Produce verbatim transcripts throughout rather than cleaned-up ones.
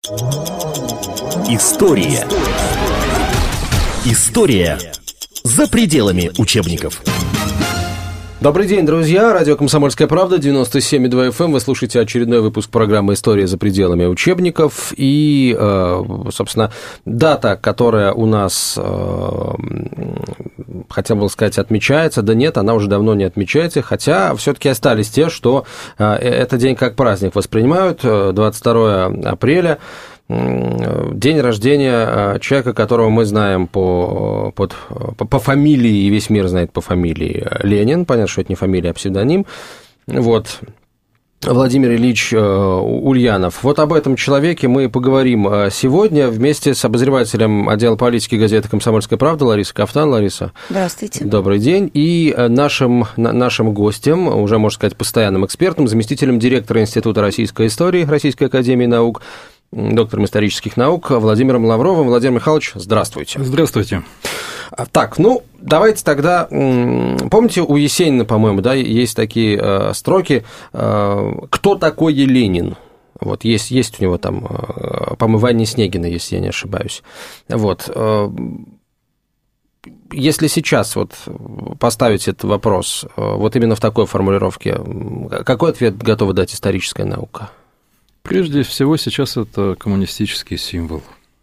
История. История за пределами учебников. Добрый день, друзья. Радио «Комсомольская правда», девяносто семь и два эф эм. Вы слушаете очередной выпуск программы «История за пределами учебников». И, собственно, дата, которая у нас, хотел бы сказать, отмечается, да нет, она уже давно не отмечается, хотя все-таки остались те, что этот день как праздник воспринимают, двадцать второе апреля. День рождения человека, которого мы знаем по, под, по, по фамилии, и весь мир знает по фамилии Ленин. Понятно, что это не фамилия, а псевдоним. Вот. Владимир Ильич Ульянов. Вот об этом человеке мы поговорим сегодня вместе с обозревателем отдела политики газеты «Комсомольская правда» Ларисой Кафтан. Лариса. Здравствуйте. Добрый день. И нашим, нашим гостем, уже, можно сказать, постоянным экспертом, заместителем директора Института российской истории Российской академии наук, доктором исторических наук Владимиром Лавровым. Владимир Михайлович, здравствуйте. Здравствуйте. Так, ну, давайте тогда... Помните, у Есенина, по-моему, да, есть такие э, строки «Кто такой Ленин?» Вот, есть, есть у него там, э, по-моему, Ваня Снегина, если я не ошибаюсь. Вот. Э, если сейчас вот поставить этот вопрос э, вот именно в такой формулировке, какой ответ готова дать историческая наука? Прежде всего, сейчас это коммунистический символ.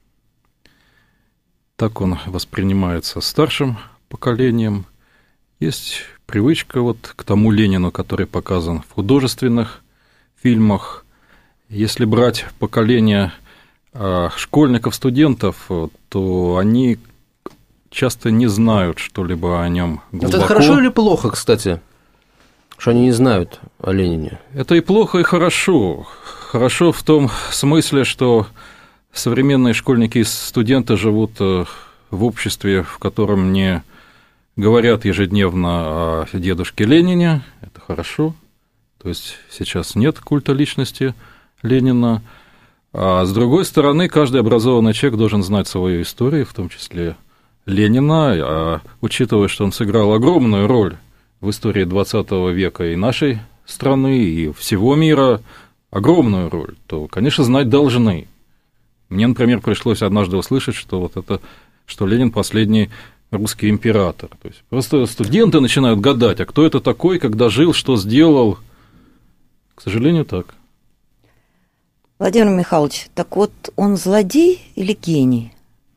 Так он воспринимается старшим поколением. Есть привычка вот к тому Ленину, который показан в художественных фильмах. Если брать поколение школьников, студентов, то они часто не знают что-либо о нем глубоко. Это хорошо или плохо, кстати, что они не знают о Ленине? Это и плохо, и хорошо. Хорошо в том смысле, что современные школьники и студенты живут в обществе, в котором не говорят ежедневно о дедушке Ленине. Это хорошо. То есть сейчас нет культа личности Ленина. А с другой стороны, каждый образованный человек должен знать свою историю, в том числе Ленина, а учитывая, что он сыграл огромную роль в истории двадцатого века и нашей страны, и всего мира, огромную роль, то, конечно, знать должны. Мне, например, пришлось однажды услышать, что вот это, что Ленин последний русский император. То есть просто студенты начинают гадать, а кто это такой, когда жил, что сделал. К сожалению, так. Владимир Михайлович, так вот он злодей или гений?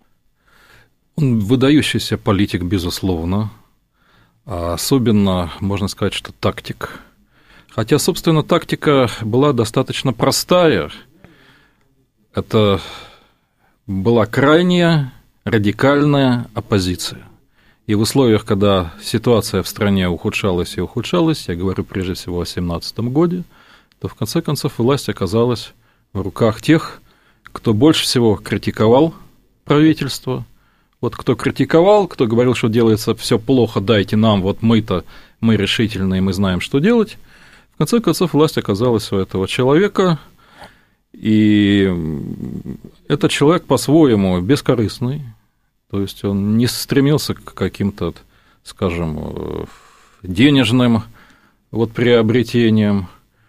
Он выдающийся политик, безусловно. А особенно, можно сказать, что тактик. Хотя, собственно, тактика была достаточно простая. Это была крайняя, радикальная оппозиция. И в условиях, когда ситуация в стране ухудшалась и ухудшалась, я говорю прежде всего о семнадцатом году, то в конце концов власть оказалась в руках тех, кто больше всего критиковал правительство. Вот кто критиковал, кто говорил, что делается все плохо, дайте нам, вот мы-то, мы решительные, мы знаем, что делать. В конце концов, власть оказалась у этого человека, и этот человек по-своему бескорыстный, то есть он не стремился к каким-то, скажем, денежным вот приобретениям,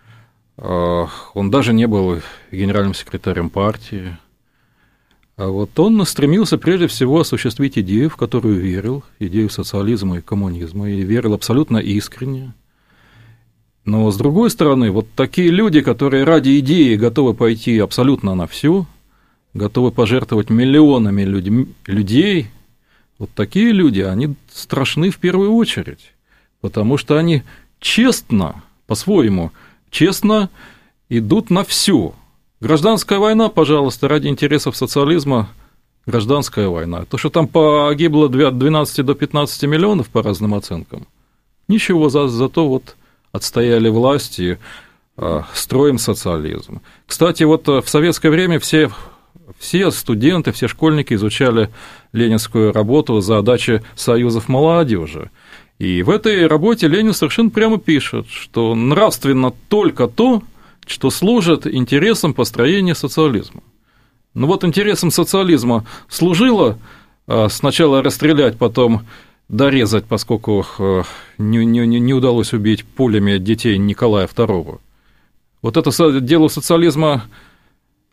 он даже не был генеральным секретарем партии, а вот он стремился прежде всего осуществить идею, в которую верил, идею социализма и коммунизма, и верил абсолютно искренне. Но, с другой стороны, вот такие люди, которые ради идеи готовы пойти абсолютно на всё, готовы пожертвовать миллионами людь- людей, вот такие люди, они страшны в первую очередь, потому что они честно, по-своему, честно идут на всё. Гражданская война, пожалуйста, ради интересов социализма, гражданская война. То, что там погибло от двенадцати до пятнадцати миллионов по разным оценкам, ничего, за, зато вот отстояли власть и э, строим социализм. Кстати, вот в советское время все, все студенты, все школьники изучали ленинскую работу «Задачи союзов молодежи». И в этой работе Ленин совершенно прямо пишет, что нравственно только то, что служит интересам построения социализма. Ну вот интересам социализма служило сначала расстрелять, потом дорезать, поскольку не, не, не удалось убить пулями детей Николая второго. Вот это делу социализма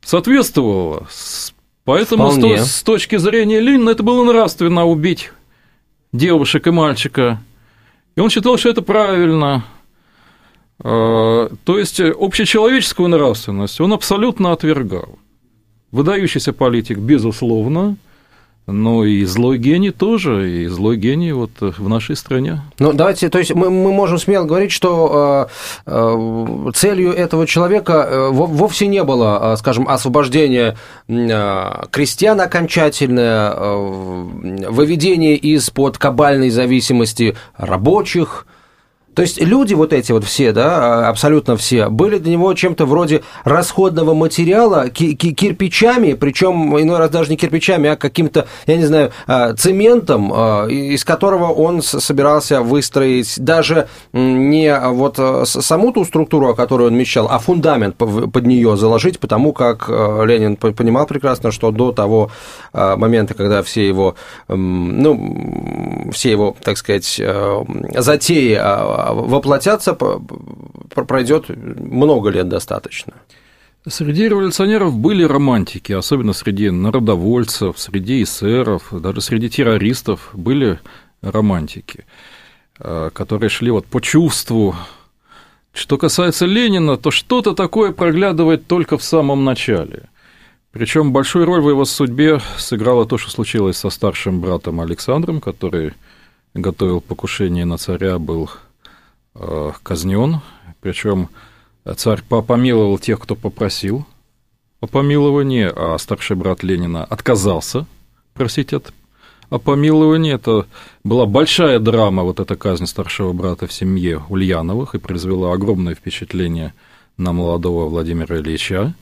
соответствовало. Поэтому с, то, с точки зрения Ленина это было нравственно убить девушек и мальчика. И он считал, что это правильно. То есть общечеловеческую нравственность он абсолютно отвергал. Выдающийся политик, безусловно, но и злой гений тоже, и злой гений вот в нашей стране. Ну, давайте, то есть мы, мы можем смело говорить, что э, э, целью этого человека э, вовсе не было, э, скажем, освобождение э, крестьян окончательное, э, выведение из-под кабальной зависимости рабочих. То есть люди вот эти вот все, да, абсолютно все, были для него чем-то вроде расходного материала, кирпичами, причем иной раз даже не кирпичами, а каким-то, я не знаю, цементом, из которого он собирался выстроить даже не вот саму ту структуру, о которой он мечтал, а фундамент под нее заложить, потому как Ленин понимал прекрасно, что до того момента, когда все его, ну, все его, так сказать, затеи воплотятся, пройдет много лет достаточно. Среди революционеров были романтики, особенно среди народовольцев, среди эсеров, даже среди террористов были романтики, которые шли вот по чувству. Что касается Ленина, то что-то такое проглядывает только в самом начале. Причем большую роль в его судьбе сыграло то, что случилось со старшим братом Александром, который готовил покушение на царя, был казнен, причем царь помиловал тех, кто попросил о помиловании, а старший брат Ленина отказался просить о помиловании. Это была большая драма, вот эта казнь старшего брата в семье Ульяновых, и произвела огромное впечатление на молодого Владимира Ильича.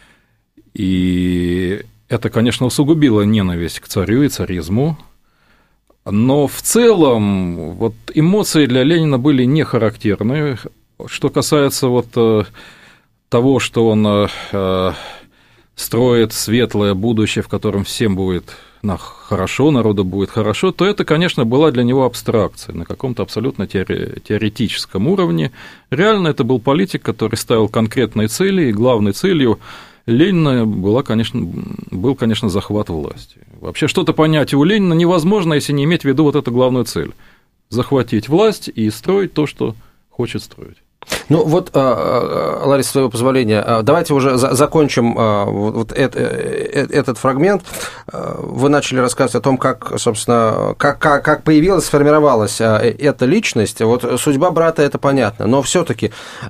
И это, конечно, усугубило ненависть к царю и царизму. Но в целом вот эмоции для Ленина были не характерны. Что касается вот того, что он строит светлое будущее, в котором всем будет хорошо, народу будет хорошо, то это, конечно, была для него абстракция на каком-то абсолютно теоретическом уровне. Реально это был политик, который ставил конкретные цели, и главной целью Ленина была, конечно, был, конечно, захват власти. Вообще что-то понять у Ленина невозможно, если не иметь в виду вот эту главную цель – захватить власть и строить то, что хочет строить. Ну вот, Лариса, с твоего позволения, давайте уже закончим вот этот фрагмент. Вы начали рассказывать о том, как, собственно, как, как, как появилась, сформировалась эта личность. Вот судьба брата – это понятно, но все-таки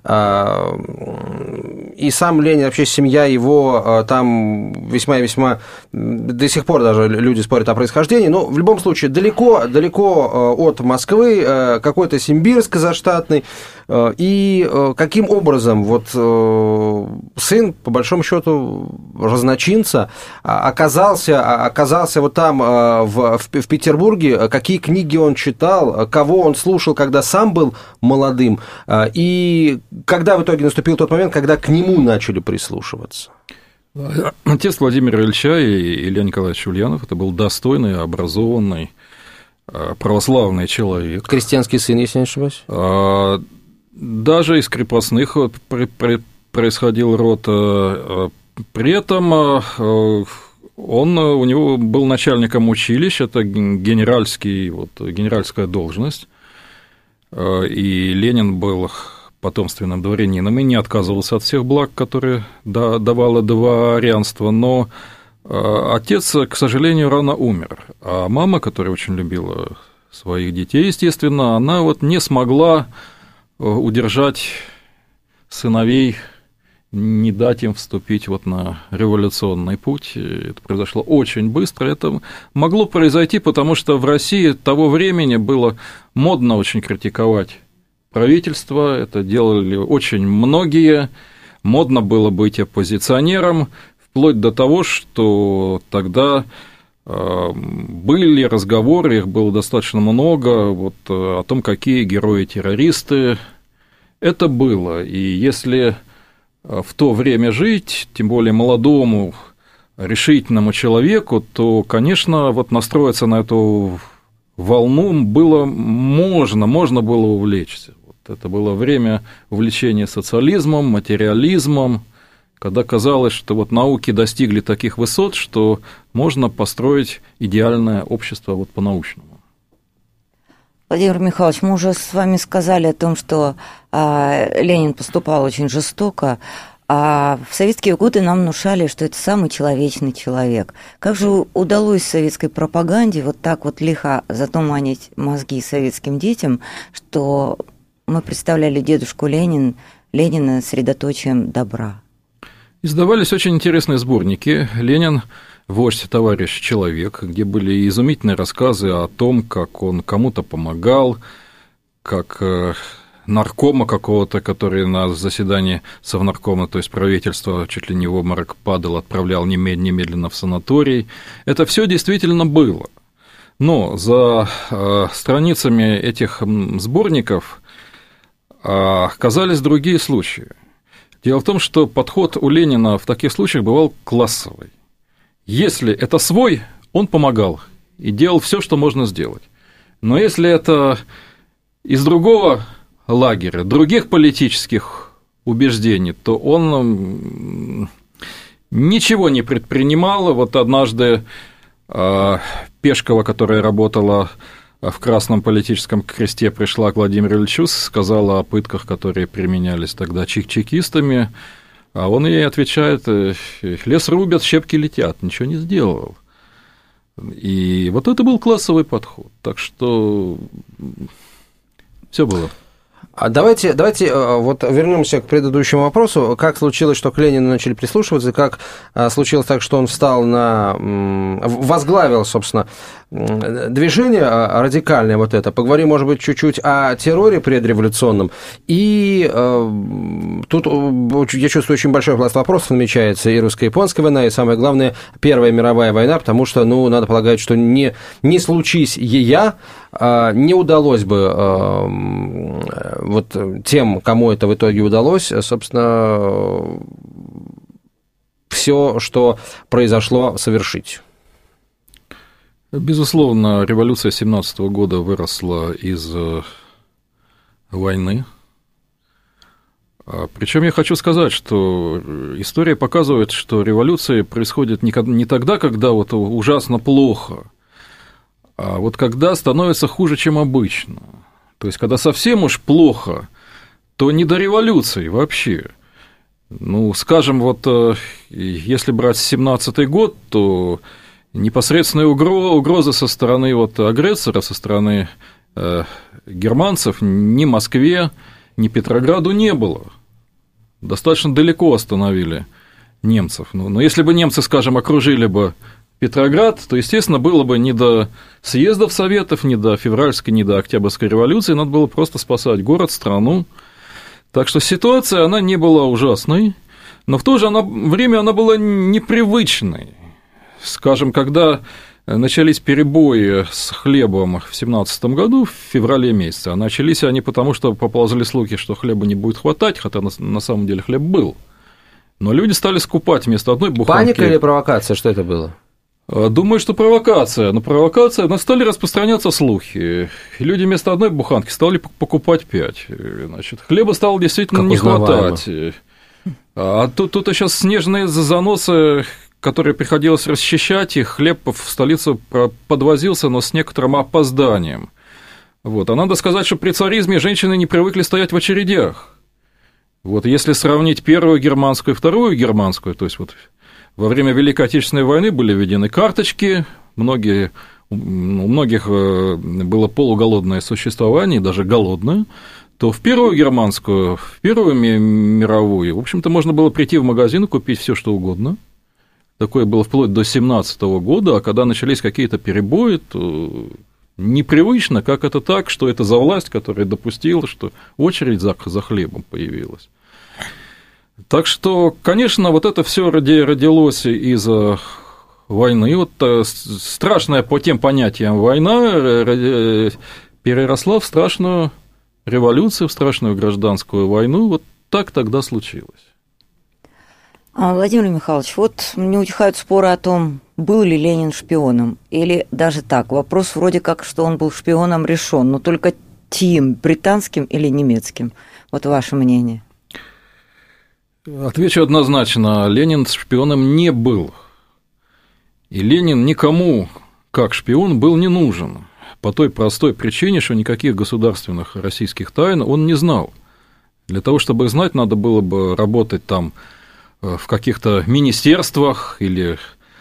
и сам Ленин, вообще семья его, там весьма и весьма, до сих пор даже люди спорят о происхождении, но в любом случае далеко, далеко от Москвы, какой-то Симбирск заштатный, и каким образом вот сын, по большому счету, разночинца оказался, оказался вот там, в, в Петербурге, какие книги он читал, кого он слушал, когда сам был молодым, и когда в итоге наступил тот момент, когда к нему начали прислушиваться? Отец Владимира Ильича и Илья Николаевич Ульянов – это был достойный, образованный, православный человек. Крестьянский сын, если не ошибаюсь? Даже из крепостных происходил род. При этом он, у него был начальником училища, это генеральский, вот, генеральская должность, и Ленин был потомственным дворянином и не отказывался от всех благ, которые давало дворянство, но отец, к сожалению, рано умер, а мама, которая очень любила своих детей, естественно, она вот не смогла удержать сыновей, не дать им вступить вот на революционный путь. Это произошло очень быстро. Это могло произойти, потому что в России того времени было модно очень критиковать правительство, это делали очень многие, модно было быть оппозиционером, вплоть до того, что тогда были разговоры, их было достаточно много, вот, о том, какие герои-террористы. Это было. И если в то время жить, тем более молодому, решительному человеку, то, конечно, вот настроиться на эту волну было можно, можно было увлечься. Вот это было время увлечения социализмом, материализмом, когда казалось, что вот науки достигли таких высот, что можно построить идеальное общество вот по-научному. Владимир Михайлович, мы уже с вами сказали о том, что а, Ленин поступал очень жестоко, а в советские годы нам внушали, что это самый человечный человек. Как же удалось советской пропаганде вот так вот лихо затуманить мозги советским детям, что мы представляли дедушку Ленин, Ленина средоточием добра? Издавались очень интересные сборники «Ленин, вождь, товарищ, человек», где были изумительные рассказы о том, как он кому-то помогал, как наркома какого-то, который на заседании совнаркома, то есть правительства, чуть ли не в обморок падал, отправлял немедленно в санаторий. Это все действительно было. Но за страницами этих сборников оказались другие случаи. Дело в том, что подход у Ленина в таких случаях бывал классовый. Если это свой, он помогал и делал все, что можно сделать. Но если это из другого лагеря, других политических убеждений, то он ничего не предпринимал. Вот однажды Пешкова, которая работала в Красном политическом кресте, пришла к Владимиру Ильичу, сказала о пытках, которые применялись тогда чек-чекистами, а он ей отвечает: лес рубят, щепки летят, ничего не сделал. И вот это был классовый подход. Так что все было. А давайте, давайте вот вернемся к предыдущему вопросу. Как случилось, что к Ленину начали прислушиваться, как случилось так, что он встал на... возглавил, собственно, движение радикальное вот это. Поговорим, может быть, чуть-чуть о терроре предреволюционном. И э, тут, я чувствую, очень большой пласт вопросов намечается. И русско-японская война, и, самое главное, Первая мировая война, потому что, ну, надо полагать, что не, не случись ея, э, не удалось бы э, вот тем, кому это в итоге удалось, собственно, все, что произошло, совершить. Безусловно, революция семнадцатого года выросла из войны. Причем я хочу сказать, что история показывает, что революции происходят не тогда, когда вот ужасно плохо, а вот когда становится хуже, чем обычно. То есть, когда совсем уж плохо, то не до революции вообще. Ну, скажем, вот если брать семнадцатый год, то непосредственной угрозы со стороны вот агрессора, со стороны э, германцев ни Москве, ни Петрограду не было. Достаточно далеко остановили немцев. Но, но если бы немцы, скажем, окружили бы Петроград, то, естественно, было бы не до съездов Советов, не до февральской, не до Октябрьской революции, надо было просто спасать город, страну. Так что ситуация, она не была ужасной, но в то же время она была непривычной. Скажем, когда начались перебои с хлебом в семнадцатом году, в феврале месяце, а начались они потому, что поползли слухи, что хлеба не будет хватать, хотя на самом деле хлеб был. Но люди стали скупать вместо одной буханки. Паника или провокация? Что это было? Думаю, что провокация. Но провокация, но стали распространяться слухи. И люди вместо одной буханки стали покупать пять. Значит, хлеба стало действительно как не хватать. А тут, тут сейчас снежные заносы, которые приходилось расчищать, и хлеб в столицу подвозился, но с некоторым опозданием. Вот. А надо сказать, что при царизме женщины не привыкли стоять в очередях. Вот. Если сравнить первую германскую и вторую германскую, то есть вот во время Великой Отечественной войны были введены карточки, многие, у многих было полуголодное существование, даже голодное, то в первую германскую, в первую мировую, в общем-то, можно было прийти в магазин и купить все, что угодно. Такое было вплоть до семнадцатого года, а когда начались какие-то перебои, то непривычно, как это так, что это за власть, которая допустила, что очередь за, за хлебом появилась. Так что, конечно, вот это все родилось из войны. Вот страшная по тем понятиям война переросла в страшную революцию, в страшную гражданскую войну. Вот так тогда случилось. Владимир Михайлович, вот не утихают споры о том, был ли Ленин шпионом, или даже так, вопрос вроде как, что он был шпионом, решен, но только тем, британским или немецким. Вот ваше мнение. Отвечу однозначно, Ленин шпионом не был. И Ленин никому, как шпион, был не нужен. По той простой причине, что никаких государственных российских тайн он не знал. Для того, чтобы знать, надо было бы работать там в каких-то министерствах или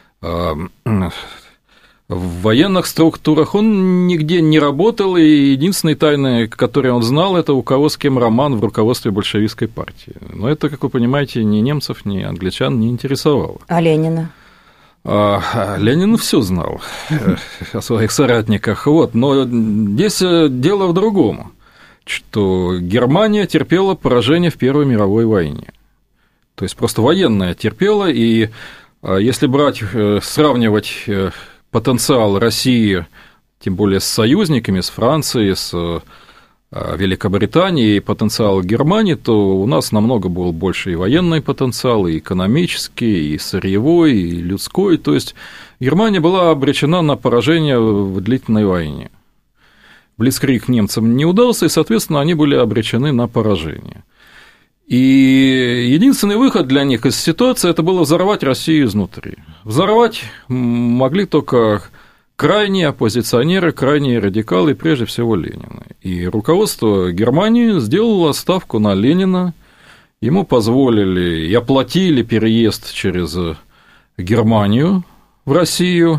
в военных структурах. Он нигде не работал, и единственные тайны, которые он знал, это у кого с кем роман в руководстве большевистской партии. Но это, как вы понимаете, ни немцев, ни англичан не интересовало. А Ленина? А Ленин все знал о своих соратниках. Вот. Но здесь дело в другом, что Германия терпела поражение в Первой мировой войне. То есть просто военная терпела, и если брать, сравнивать потенциал России, тем более с союзниками, с Францией, с Великобританией, и потенциал Германии, то у нас намного был больше и военный потенциал, и экономический, и сырьевой, и людской. То есть Германия была обречена на поражение в длительной войне. Блицкриг немцам не удался, и, соответственно, они были обречены на поражение. И единственный выход для них из ситуации – это было взорвать Россию изнутри. Взорвать могли только крайние оппозиционеры, крайние радикалы, и прежде всего Ленина. И руководство Германии сделало ставку на Ленина, ему позволили и оплатили переезд через Германию в Россию.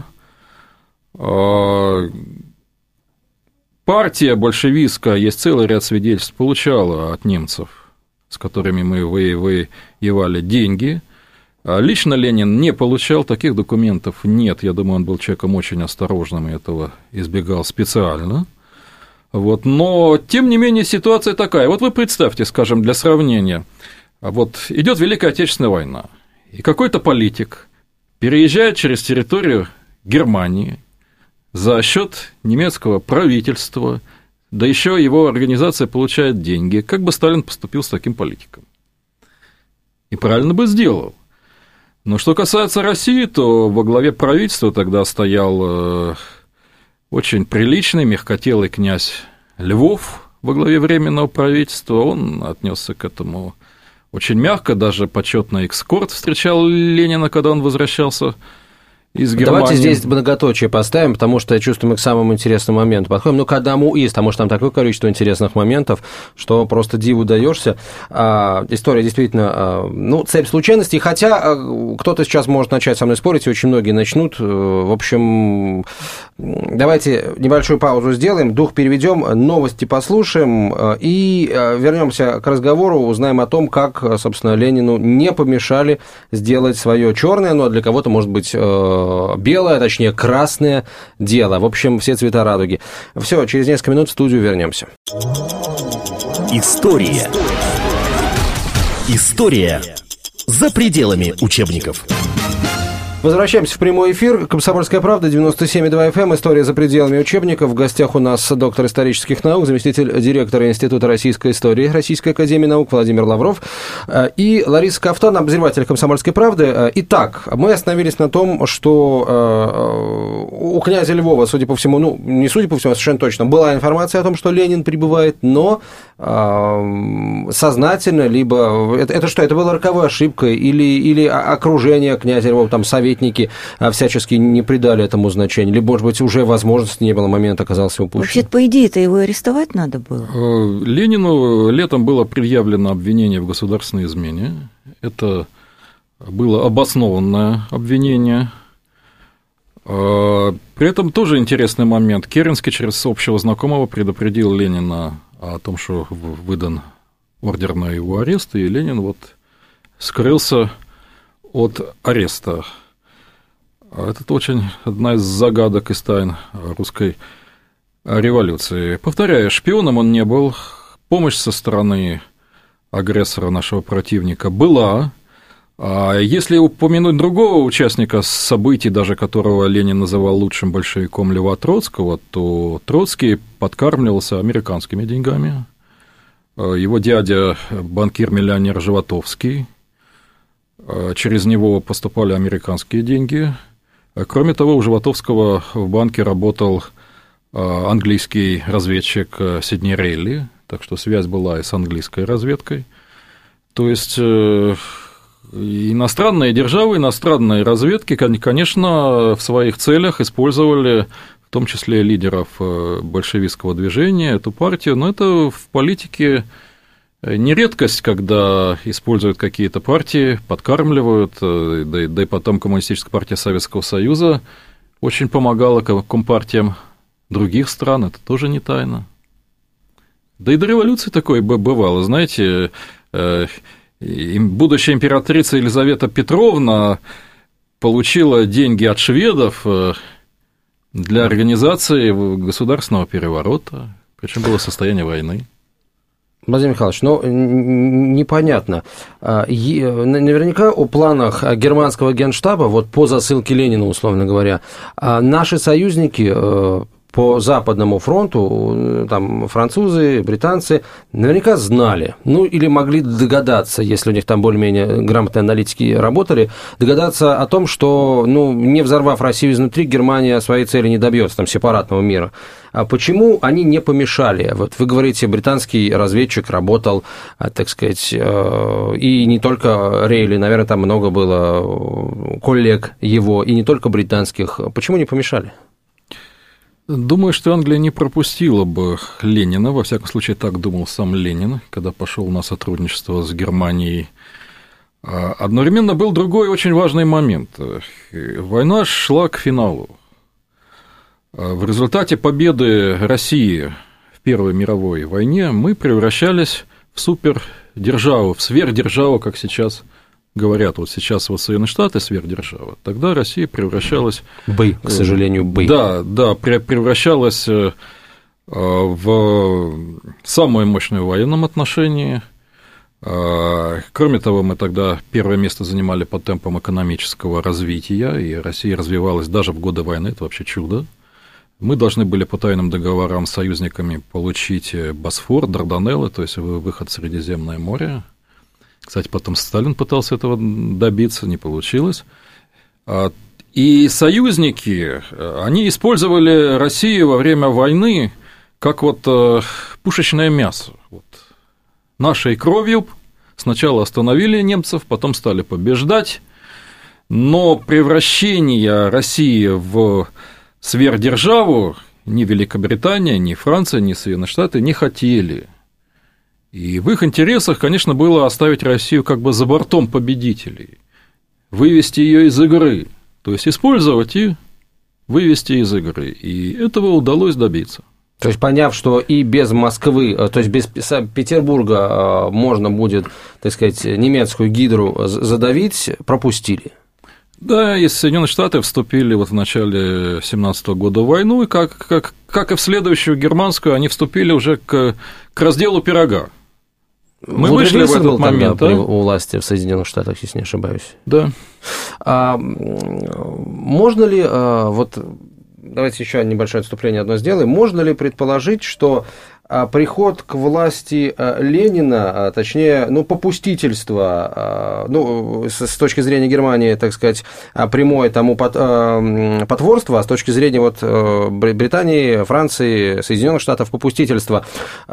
Партия большевистская, есть целый ряд свидетельств, получала от немцев, с которыми мы воевали, деньги. Лично Ленин не получал, таких документов нет. Я думаю, он был человеком очень осторожным и этого избегал специально. Вот. Но, тем не менее, ситуация такая. Вот вы представьте, скажем, для сравнения, вот идет Великая Отечественная война, и какой-то политик переезжает через территорию Германии за счет немецкого правительства, да еще его организация получает деньги. Как бы Сталин поступил с таким политиком? И правильно бы сделал. Но что касается России, то во главе правительства тогда стоял очень приличный, мягкотелый князь Львов во главе Временного правительства. Он отнесся к этому очень мягко, даже почетный эскорт встречал Ленина, когда он возвращался из Германии. Давайте здесь многоточие поставим, потому что я чувствую, мы к самому интересному моменту подходим. Ну, к одному из, потому что там такое количество интересных моментов, что просто диву даешься. А, история действительно, а, ну, цепь случайностей, хотя а, кто-то сейчас может начать со мной спорить, и очень многие начнут. В общем, давайте небольшую паузу сделаем, дух переведем, новости послушаем и вернемся к разговору, узнаем о том, как, собственно, Ленину не помешали сделать свое черное, но для кого-то, может быть, белое, точнее, красное дело. В общем, все цвета радуги. Все, через несколько минут в студию вернемся. История. История за пределами учебников. Возвращаемся в прямой эфир. «Комсомольская правда», девяносто семь и два эф эм. История за пределами учебников. В гостях у нас доктор исторических наук, заместитель директора Института российской истории Российской академии наук Владимир Лавров и Лариса Кафтан, обозреватель «Комсомольской правды». Итак, мы остановились на том, что у князя Львова, судя по всему, ну, не судя по всему, а совершенно точно, была информация о том, что Ленин прибывает, но сознательно, либо... Это, это что, это была роковой ошибкой, или, или окружение князя Львова, там, советники всячески не придали этому значения, либо, может быть, уже возможности не было, момент оказался упущен? Вообще-то, по идее-то, его арестовать надо было. Ленину летом было предъявлено обвинение в государственной измене. Это было обоснованное обвинение. При этом тоже интересный момент. Керенский через общего знакомого предупредил Ленина о том, что выдан ордер на его арест, и Ленин вот скрылся от ареста. Это очень одна из загадок из тайн русской революции. Повторяю, шпионом он не был, помощь со стороны агрессора, нашего противника, была. А если упомянуть другого участника событий, даже которого Ленин называл лучшим большевиком, Льва Троцкого, то Троцкий подкармливался американскими деньгами. Его дядя – банкир-миллионер Животовский. Через него поступали американские деньги. Кроме того, у Животовского в банке работал английский разведчик Сидни Рейли, так что связь была и с английской разведкой. То есть иностранные державы, иностранные разведки, конечно, в своих целях использовали в том числе лидеров большевистского движения, эту партию, но это в политике не редкость, когда используют какие-то партии, подкармливают, да и, да и потом Коммунистическая партия Советского Союза очень помогала компартиям других стран, это тоже не тайна. Да и до революции такое бывало, знаете, будущая императрица Елизавета Петровна получила деньги от шведов для организации государственного переворота, причем было состояние войны. Владимир Михайлович, ну, непонятно. Наверняка о планах германского генштаба, вот по засылке Ленина, условно говоря, наши союзники по Западному фронту, там французы, британцы, наверняка знали, ну или могли догадаться, если у них там более-менее грамотные аналитики работали, догадаться о том, что, ну, не взорвав Россию изнутри, Германия своей цели не добьется, там, сепаратного мира. А почему они не помешали? Вот вы говорите, британский разведчик работал, так сказать, и не только Рейли, наверное, там много было коллег его, и не только британских. Почему не помешали? Думаю, что Англия не пропустила бы Ленина, во всяком случае, так думал сам Ленин, когда пошел на сотрудничество с Германией. Одновременно был другой очень важный момент. Война шла к финалу. В результате победы России в Первой мировой войне мы превращались в супердержаву, в сверхдержаву, как сейчас говорят. Вот сейчас вот Соединенные Штаты сверхдержава, тогда Россия превращалась... Бы, к сожалению, бы. Да, да, превращалась в самую мощную в военном отношении. Кроме того, мы тогда первое место занимали по темпам экономического развития, и Россия развивалась даже в годы войны, это вообще чудо. Мы должны были по тайным договорам с союзниками получить Босфор, Дарданеллы, то есть выход в Средиземное море. Кстати, потом Сталин пытался этого добиться, не получилось. И союзники, они использовали Россию во время войны как вот пушечное мясо. Вот. Нашей кровью сначала остановили немцев, потом стали побеждать, но превращение России в сверхдержаву ни Великобритания, ни Франция, ни Соединенные Штаты не хотели. И в их интересах, конечно, было оставить Россию как бы за бортом победителей, вывести ее из игры, то есть использовать и вывести из игры. И этого удалось добиться. То есть, поняв, что и без Москвы, то есть без Петербурга можно будет, так сказать, немецкую гидру задавить, пропустили. Да, и Соединенные Штаты вступили вот в начале семнадцатого года в войну, и как, как, как и в следующую германскую, они вступили уже к, к разделу пирога. Мы Вудро вышли Вильсон в этот был момент, тогда да? у власти в Соединенных Штатах, если не ошибаюсь. Да. А, можно ли, вот давайте еще небольшое отступление одно сделаем, можно ли предположить, что приход к власти Ленина, точнее, ну, попустительство, ну, с точки зрения Германии, так сказать, прямое тому потворство, а с точки зрения вот Британии, Франции, Соединенных Штатов попустительство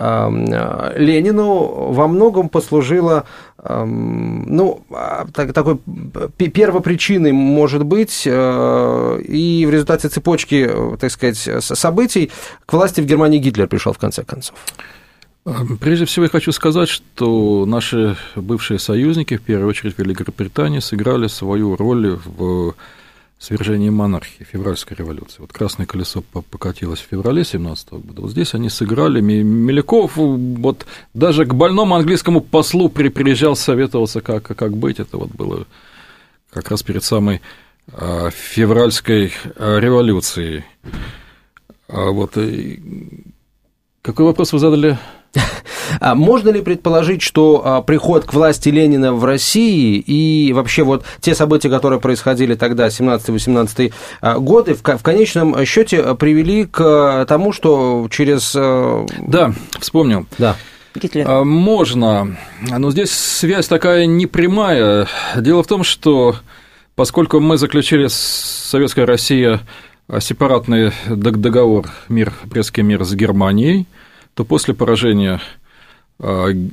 Ленину во многом послужило, ну, такой первопричиной, может быть, и в результате цепочки, так сказать, событий к власти в Германии Гитлер пришел в конце концов. Прежде всего, я хочу сказать, что наши бывшие союзники, в первую очередь Великобритания, сыграли свою роль в свержении монархии, февральской революции. Вот красное колесо покатилось в феврале семнадцатого года. Вот здесь они сыграли. Меляков вот даже к больному английскому послу приезжал советоваться, как, как быть. Это вот было как раз перед самой февральской революцией. Вот. Какой вопрос вы задали? Можно ли предположить, что приход к власти Ленина в России и вообще вот те события, которые происходили тогда, семнадцатый-восемнадцатый годы, в конечном счете привели к тому, что через... Да, вспомнил. Да. Гитлер. Можно, но здесь связь такая непрямая. Дело в том, что поскольку мы заключили с Советской Россией сепаратный договор, мир, Брестский мир с Германией, то после поражения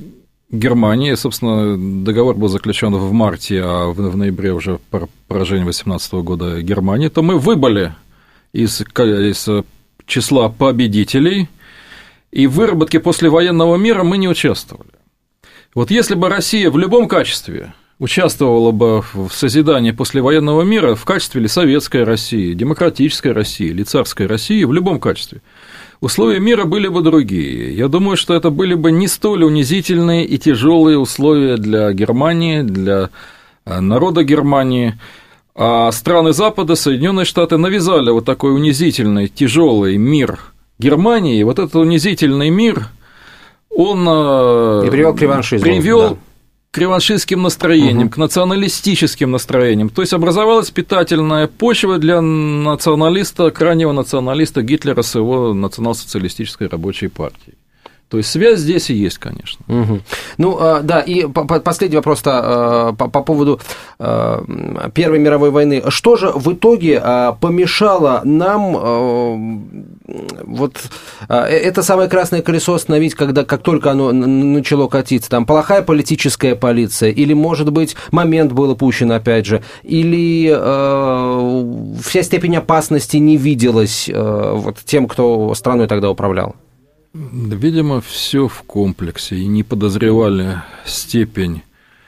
Германии. Собственно, договор был заключен в марте, а в ноябре уже поражение восемнадцатого года Германии, то мы выбыли из, из числа победителей, и в выработке послевоенного мира мы не участвовали. Вот если бы Россия в любом качестве участвовала бы в созидании послевоенного мира, в качестве ли советской России, демократической России или царской России, в любом качестве, условия мира были бы другие. Я думаю, что это были бы не столь унизительные и тяжелые условия для Германии, для народа Германии. А страны Запада, Соединенные Штаты, навязали вот такой унизительный, тяжелый мир Германии. И вот этот унизительный мир, он и привел к реваншизму. Привел да. к реваншистским настроениям, угу. к националистическим настроениям. То есть образовалась питательная почва для националиста, крайнего националиста Гитлера с его национал-социалистической рабочей партией. То есть связь здесь и есть, конечно. Угу. Ну, да, и последний вопрос-то по, по поводу Первой мировой войны. Что же в итоге помешало нам вот это самое красное колесо остановить, когда, как только оно начало катиться? Там плохая политическая полиция, или, может быть, момент был упущен, опять же, или вся степень опасности не виделась вот тем, кто страной тогда управлял? Видимо, все в комплексе, и не подозревали степень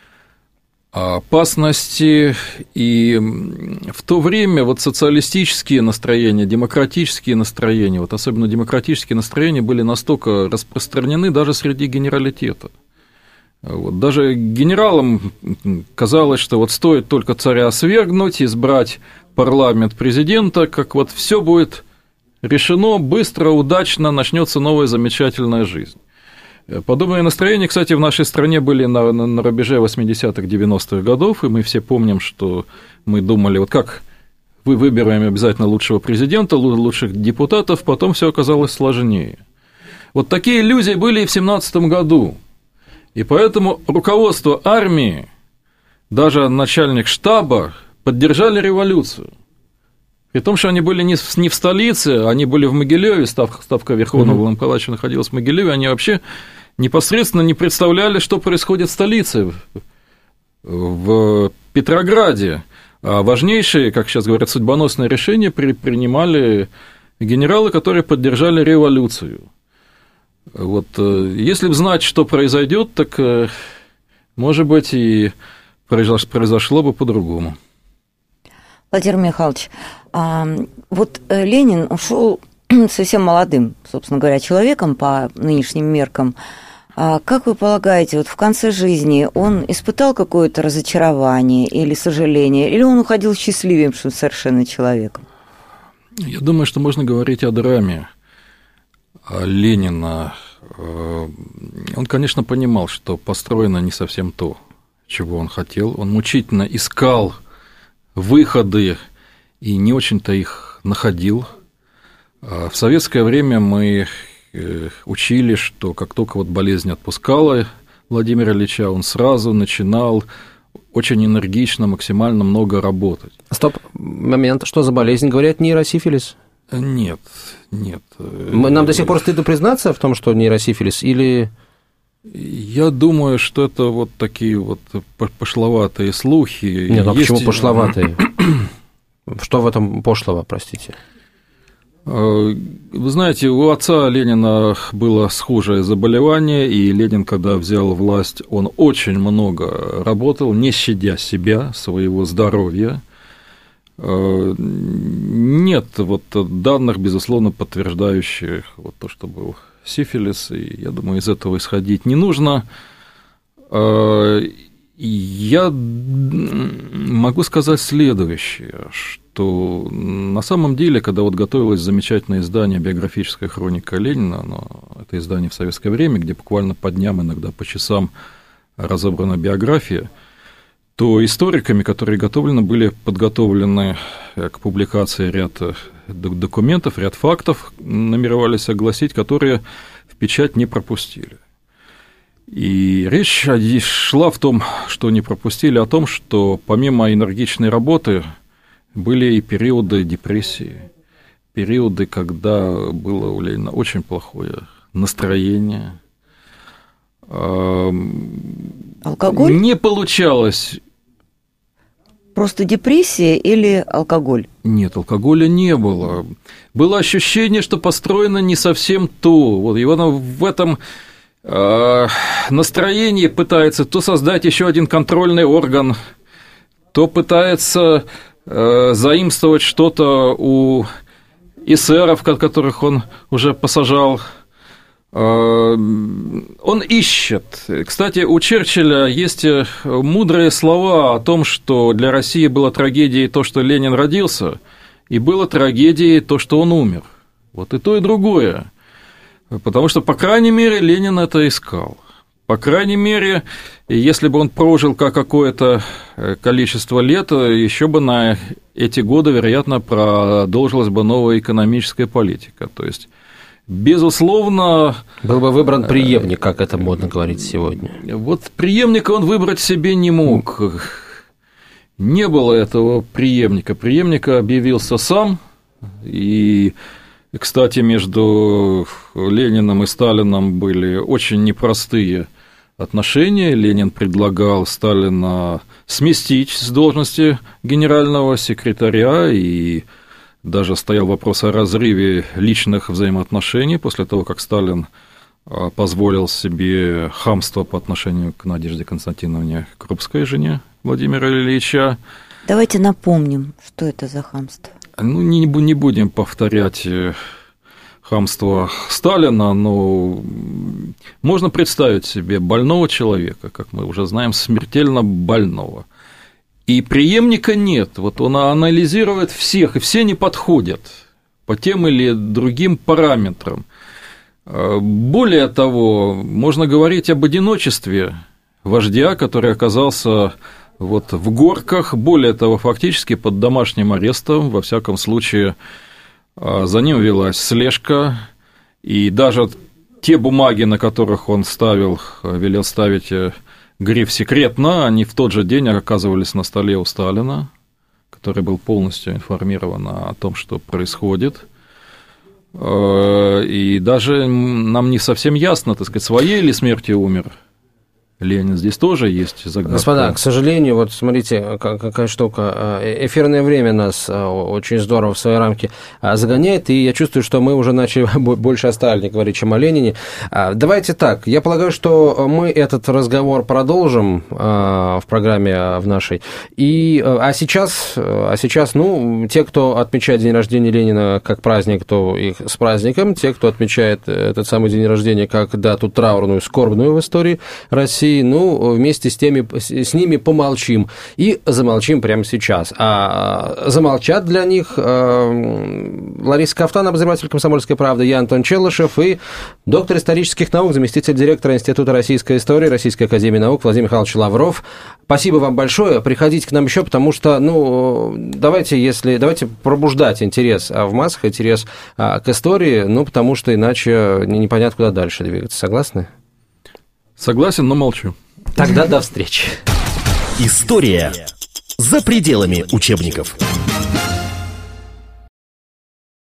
опасности, и в то время вот социалистические настроения, демократические настроения, вот особенно демократические настроения были настолько распространены даже среди генералитета. Вот, даже генералам казалось, что вот стоит только царя свергнуть, избрать парламент президента, как вот все будет решено, быстро, удачно, начнется новая замечательная жизнь. Подобные настроения, кстати, в нашей стране были на, на, на рубеже восьмидесятых, девяностых годов, и мы все помним, что мы думали, вот как вы выбираем обязательно лучшего президента, лучших депутатов, потом все оказалось сложнее. Вот такие иллюзии были и в семнадцатом году, и поэтому руководство армии, даже начальник штаба, поддержали революцию. При том, что они были не в, не в столице, они были в Могилеве, ставка, ставка Верховного Главнокомандующего находилась в Могилеве, они вообще непосредственно не представляли, что происходит в столице, в Петрограде. А важнейшие, как сейчас говорят, судьбоносные решения при, принимали генералы, которые поддержали революцию. Вот, если бы знать, что произойдет, так, может быть, и произошло бы по-другому. Владимир Михайлович, вот Ленин ушел совсем молодым, собственно говоря, человеком по нынешним меркам. Как вы полагаете, вот в конце жизни он испытал какое-то разочарование или сожаление, или он уходил счастливейшим совершенно человеком? Я думаю, что можно говорить о драме Ленина. Он, конечно, понимал, что построено не совсем то, чего он хотел. Он мучительно искал выходы и не очень-то их находил. В советское время мы учили, что как только вот болезнь отпускала Владимира Ильича, он сразу начинал очень энергично, максимально много работать. Стоп, момент, что за болезнь? Говорят, нейросифилис? Нет, нет. Нам до сих пор стыдно признаться в том, что нейросифилис, или... Я думаю, что это вот такие вот пошловатые слухи. Нет, а Есть... почему пошловатые? Что в этом пошлого, простите? Вы знаете, у отца Ленина было схожее заболевание, и Ленин, когда взял власть, он очень много работал, не щадя себя, своего здоровья. Нет вот данных, безусловно, подтверждающих вот то, что был сифилис, и, я думаю, из этого исходить не нужно. Я могу сказать следующее, что на самом деле, когда вот готовилось замечательное издание «Биографическая хроника Ленина», но это издание в советское время, где буквально по дням, иногда по часам разобрана биография, то историками, которые готовлены, были подготовлены к публикации ряд документов, ряд фактов намеревались огласить, которые в печать не пропустили. И речь шла в том, что не пропустили, о том, что помимо энергичной работы были и периоды депрессии, периоды, когда было у Ленина очень плохое настроение. Алкоголь? Не получалось. Просто депрессия или алкоголь? Нет, алкоголя не было. Было ощущение, что построено не совсем то. Вот, и он в этом э, настроении пытается то создать еще один контрольный орган, то пытается э, заимствовать что-то у эсеров, которых он уже посажал. Он ищет. Кстати, у Черчилля есть мудрые слова о том, что для России было трагедией то, что Ленин родился, и было трагедией то, что он умер. Вот и то, и другое. Потому что, по крайней мере, Ленин это искал. По крайней мере, если бы он прожил какое-то количество лет, еще бы на эти годы, вероятно, продолжилась бы новая экономическая политика. То есть, безусловно... Был бы выбран преемник, как это модно говорить сегодня. Вот преемника он выбрать себе не мог. Не было этого преемника. Преемника объявился сам. И, кстати, между Лениным и Сталином были очень непростые отношения. Ленин предлагал Сталина сместить с должности генерального секретаря, и даже стоял вопрос о разрыве личных взаимоотношений после того, как Сталин позволил себе хамство по отношению к Надежде Константиновне Крупской, жене Владимира Ильича. Давайте напомним, что это за хамство. Ну, не, не будем повторять хамство Сталина, но можно представить себе больного человека, как мы уже знаем, смертельно больного. И преемника нет. Вот он анализирует всех, и все не подходят по тем или другим параметрам. Более того, можно говорить об одиночестве вождя, который оказался вот в горках, более того, фактически под домашним арестом, во всяком случае, за ним велась слежка, и даже те бумаги, на которых он ставил, велел ставить гриф «секретно», они в тот же день оказывались на столе у Сталина, который был полностью информирован о том, что происходит. И даже нам не совсем ясно, так сказать, своей ли смертью умер Ленин. Здесь тоже есть загадка. Господа, к сожалению, вот смотрите, какая штука. Эфирное время нас очень здорово в свои рамки загоняет, и я чувствую, что мы уже начали больше о Сталине говорить, чем о Ленине. Давайте так, я полагаю, что мы этот разговор продолжим в программе в нашей. И, а сейчас, а сейчас, ну, те, кто отмечает день рождения Ленина как праздник, то их с праздником. Те, кто отмечает этот самый день рождения как дату траурную, скорбную в истории России, ну, вместе с, теми, с ними помолчим и замолчим прямо сейчас. А замолчат для них Лариса Кафтан, обозреватель «Комсомольской правды», я Антон Челышев и доктор исторических наук, заместитель директора Института российской истории Российской академии наук Владимир Михайлович Лавров. Спасибо вам большое. Приходите к нам еще, потому что, ну, давайте, если, давайте пробуждать интерес в массах, интерес к истории, ну, потому что иначе непонятно, куда дальше двигаться. Согласны? Согласен, но молчу. Тогда до встречи. История за пределами учебников.